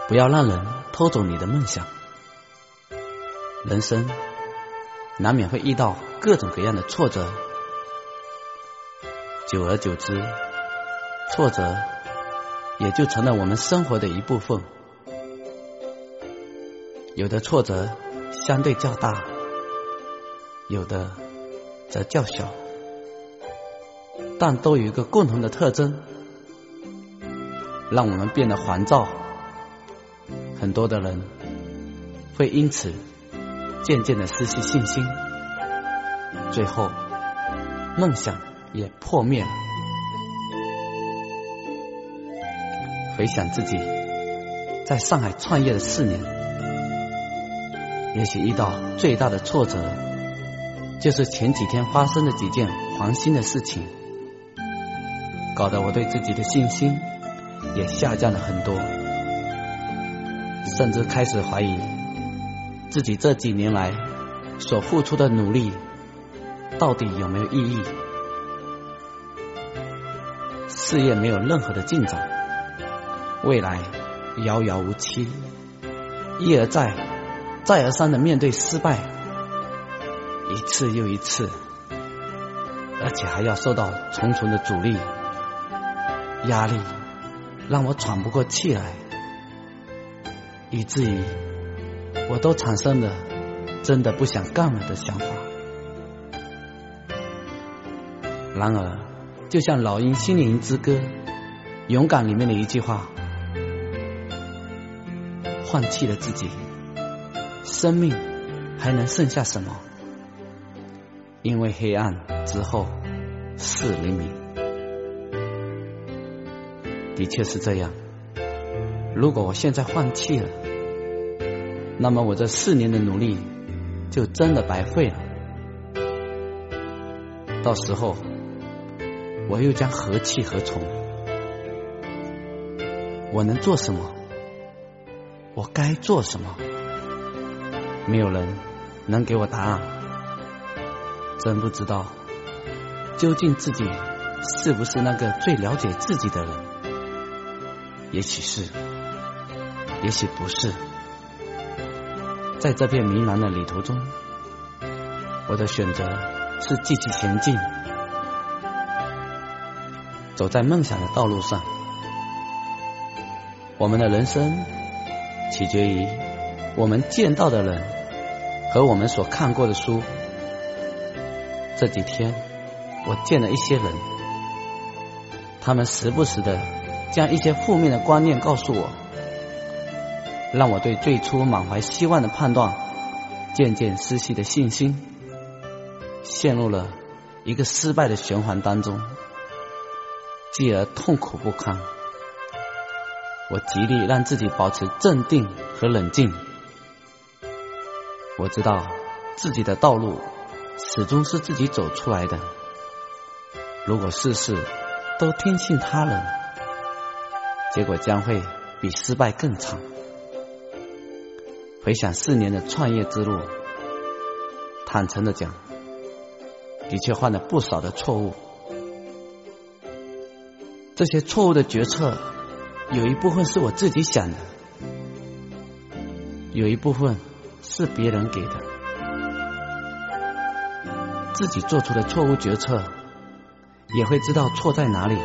不要让人偷走你的梦想。人生难免会遇到各种各样的挫折，久而久之，挫折也就成了我们生活的一部分。有的挫折相对较大，有的则较小，但都有一个共同的特征，让我们变得烦躁。很多的人会因此渐渐的失去信心，最后梦想也破灭了。回想自己在上海创业的4年，也许遇到最大的挫折就是前几天发生的几件烦心的事情，搞得我对自己的信心也下降了很多，甚至开始怀疑自己这几年来所付出的努力到底有没有意义。事业没有任何的进展，未来遥遥无期，一而再再而三的面对失败，一次又一次，而且还要受到重重的阻力，压力让我喘不过气来，以至于我都产生了真的不想干了的想法。然而就像老鹰心灵之歌勇敢里面的一句话，放弃了自己，生命还能剩下什么？因为黑暗之后是黎明。的确是这样，如果我现在放弃了，那么我这4年的努力就真的白费了。到时候我又将何去何从？我能做什么？我该做什么？没有人能给我答案。真不知道究竟自己是不是那个最了解自己的人。也许是，也许不是。在这片迷茫的旅途中，我的选择是继续前进，走在梦想的道路上。我们的人生取决于我们见到的人和我们所看过的书。这几天我见了一些人，他们时不时的将一些负面的观念告诉我，让我对最初满怀希望的判断渐渐失去了信心，陷入了一个失败的循环当中，继而痛苦不堪。我极力让自己保持镇定和冷静。我知道自己的道路始终是自己走出来的，如果事事都听信他人，结果将会比失败更惨。回想4年的创业之路，坦诚的讲，的确犯了不少的错误。这些错误的决策有一部分是我自己想的，有一部分是别人给的。自己做出的错误决策也会知道错在哪里，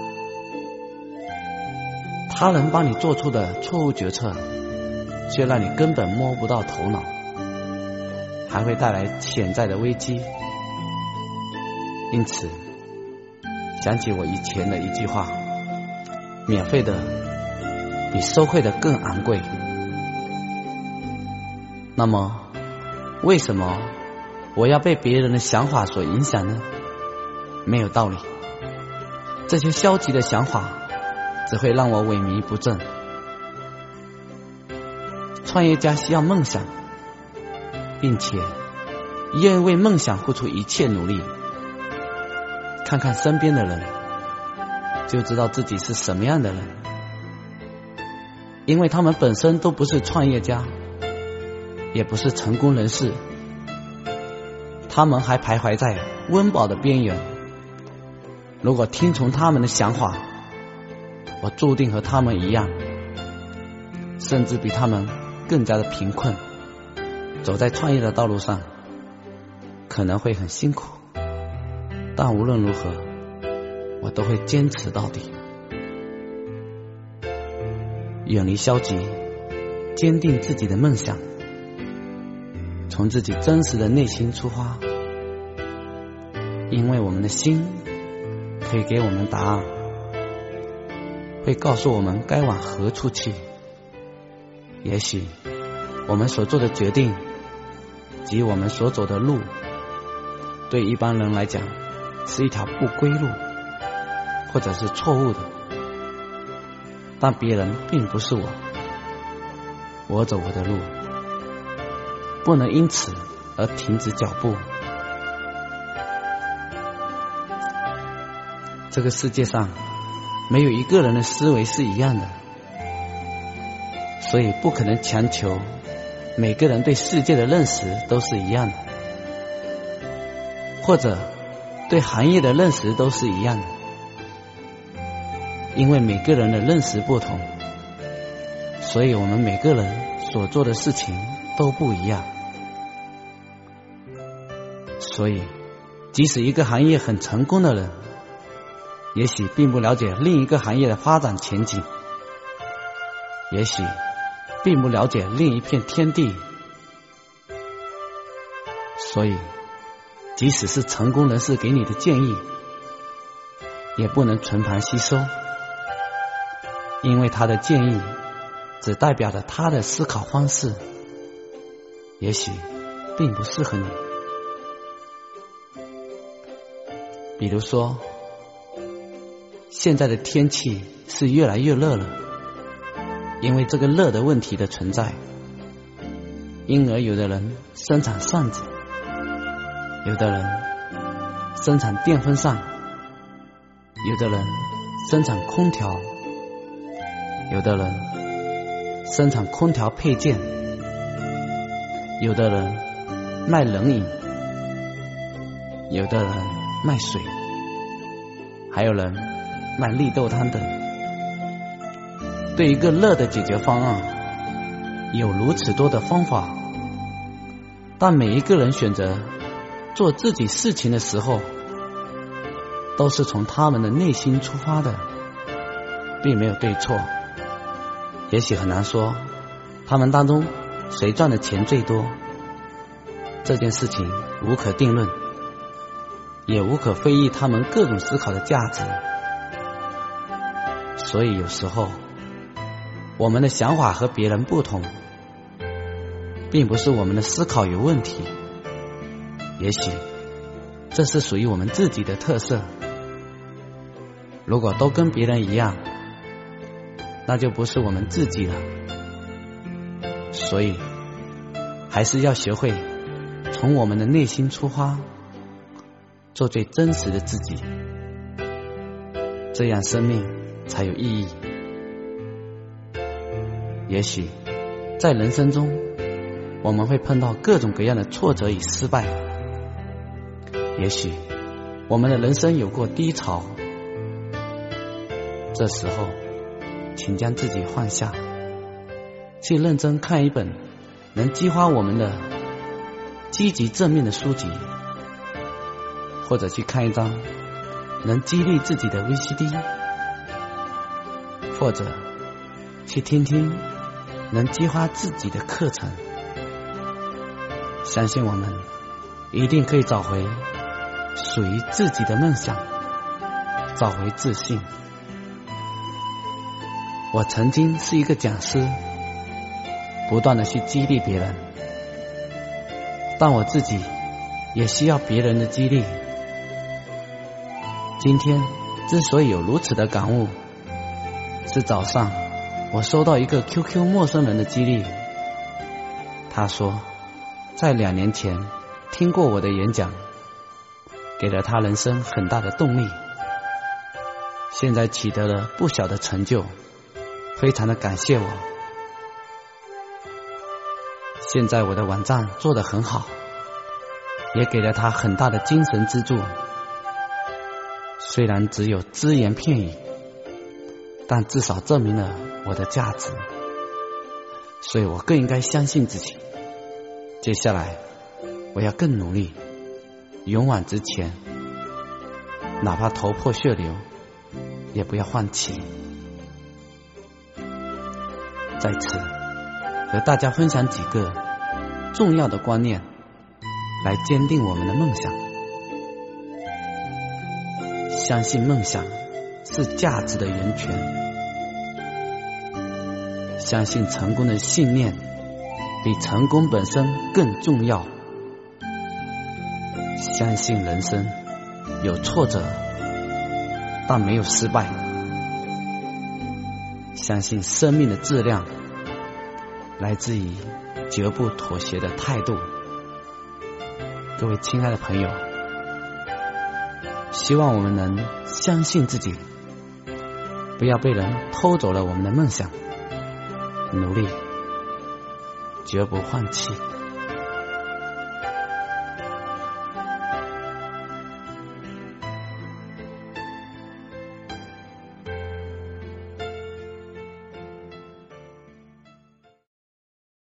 他人帮你做出的错误决策却让你根本摸不到头脑，还会带来潜在的危机。因此想起我以前的一句话，免费的比收费的更昂贵。那么为什么我要被别人的想法所影响呢？没有道理，这些消极的想法只会让我萎靡不振。创业家需要梦想，并且愿意为梦想付出一切努力。看看身边的人，就知道自己是什么样的人。因为他们本身都不是创业家，也不是成功人士，他们还徘徊在温饱的边缘。如果听从他们的想法，我注定和他们一样， 甚至比他们更加的贫困，走在创业的道路上可能会很辛苦，但无论如何我都会坚持到底，远离消极，坚定自己的梦想，从自己真实的内心出发，因为我们的心可以给我们答案，会告诉我们该往何处去。也许我们所做的决定及我们所走的路，对一般人来讲是一条不归路，或者是错误的，但别人并不是我，我走我的路，不能因此而停止脚步。这个世界上没有一个人的思维是一样的，所以不可能强求每个人对世界的认识都是一样的，或者对行业的认识都是一样的，因为每个人的认识不同，所以我们每个人所做的事情都不一样。所以即使一个行业很成功的人，也许并不了解另一个行业的发展前景，也许并不了解另一片天地，所以即使是成功人士给你的建议，也不能全盘吸收，因为他的建议只代表着他的思考方式，也许并不适合你。比如说，现在的天气是越来越热了，因为这个热的问题的存在，因而有的人生产扇子，有的人生产电风扇，有的人生产空调，有的人生产空调配件，有的人卖冷饮，有的人卖水，还有人卖绿豆汤等。对一个热的解决方案有如此多的方法，但每一个人选择做自己事情的时候，都是从他们的内心出发的，并没有对错。也许很难说他们当中谁赚的钱最多，这件事情无可定论，也无可非议他们各种思考的价值。所以有时候我们的想法和别人不同，并不是我们的思考有问题，也许这是属于我们自己的特色。如果都跟别人一样，那就不是我们自己了。所以还是要学会从我们的内心出发，做最真实的自己，这样生命才有意义。也许在人生中我们会碰到各种各样的挫折与失败，也许我们的人生有过低潮，这时候请将自己放下，去认真看一本能激发我们的积极正面的书籍，或者去看一张能激励自己的 VCD， 或者去听听能激发自己的课程。相信我们一定可以找回属于自己的梦想，找回自信。我曾经是一个讲师，不断的去激励别人，但我自己也需要别人的激励。今天之所以有如此的感悟，是早上我收到一个 QQ 陌生人的激励。他说在2年前听过我的演讲，给了他人生很大的动力，现在取得了不小的成就，非常的感谢我。现在我的网站做得很好，也给了他很大的精神支柱。虽然只有只言片语，但至少证明了我的价值。 所以我更应该相信自己。接下来我要更努力，勇往直前，哪怕头破血流也不要放弃。在此和大家分享几个重要的观念，来坚定我们的梦想。相信梦想是价值的源泉，相信成功的信念比成功本身更重要，相信人生有挫折但没有失败，相信生命的质量来自于绝不妥协的态度。各位亲爱的朋友，希望我们能相信自己，不要被人偷走了我们的梦想，努力绝不放弃。